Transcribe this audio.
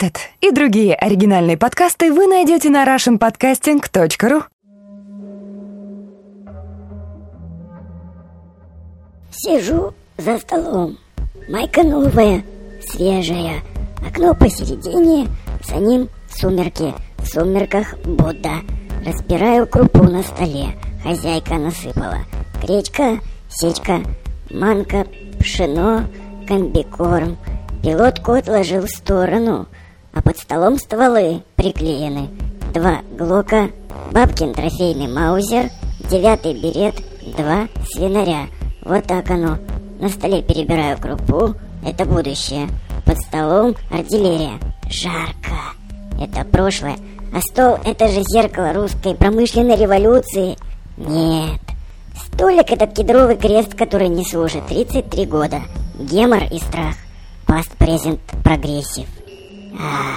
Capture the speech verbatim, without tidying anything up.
Этот и другие оригинальные подкасты вы найдете на рашн подкастинг точка ру. Сижу за столом. Майка новая, свежая. Окно посередине, за ним сумерки. В сумерках Будда. Разбираю крупу на столе. Хозяйка насыпала. Гречка, сечка, манка, пшено, комбикорм. Пилотку отложил в сторону, а под столом стволы приклеены. Два глока, бабкин трофейный маузер, девятый берет, два свинаря. Вот так оно. На столе перебираю крупу, это будущее. Под столом артиллерия. Жарко. Это прошлое. А стол — это же зеркало русской промышленной революции. Нет. Столик — этот кедровый крест, который несу уже тридцать три года. Гемор и страх. Past Present Progressive. А,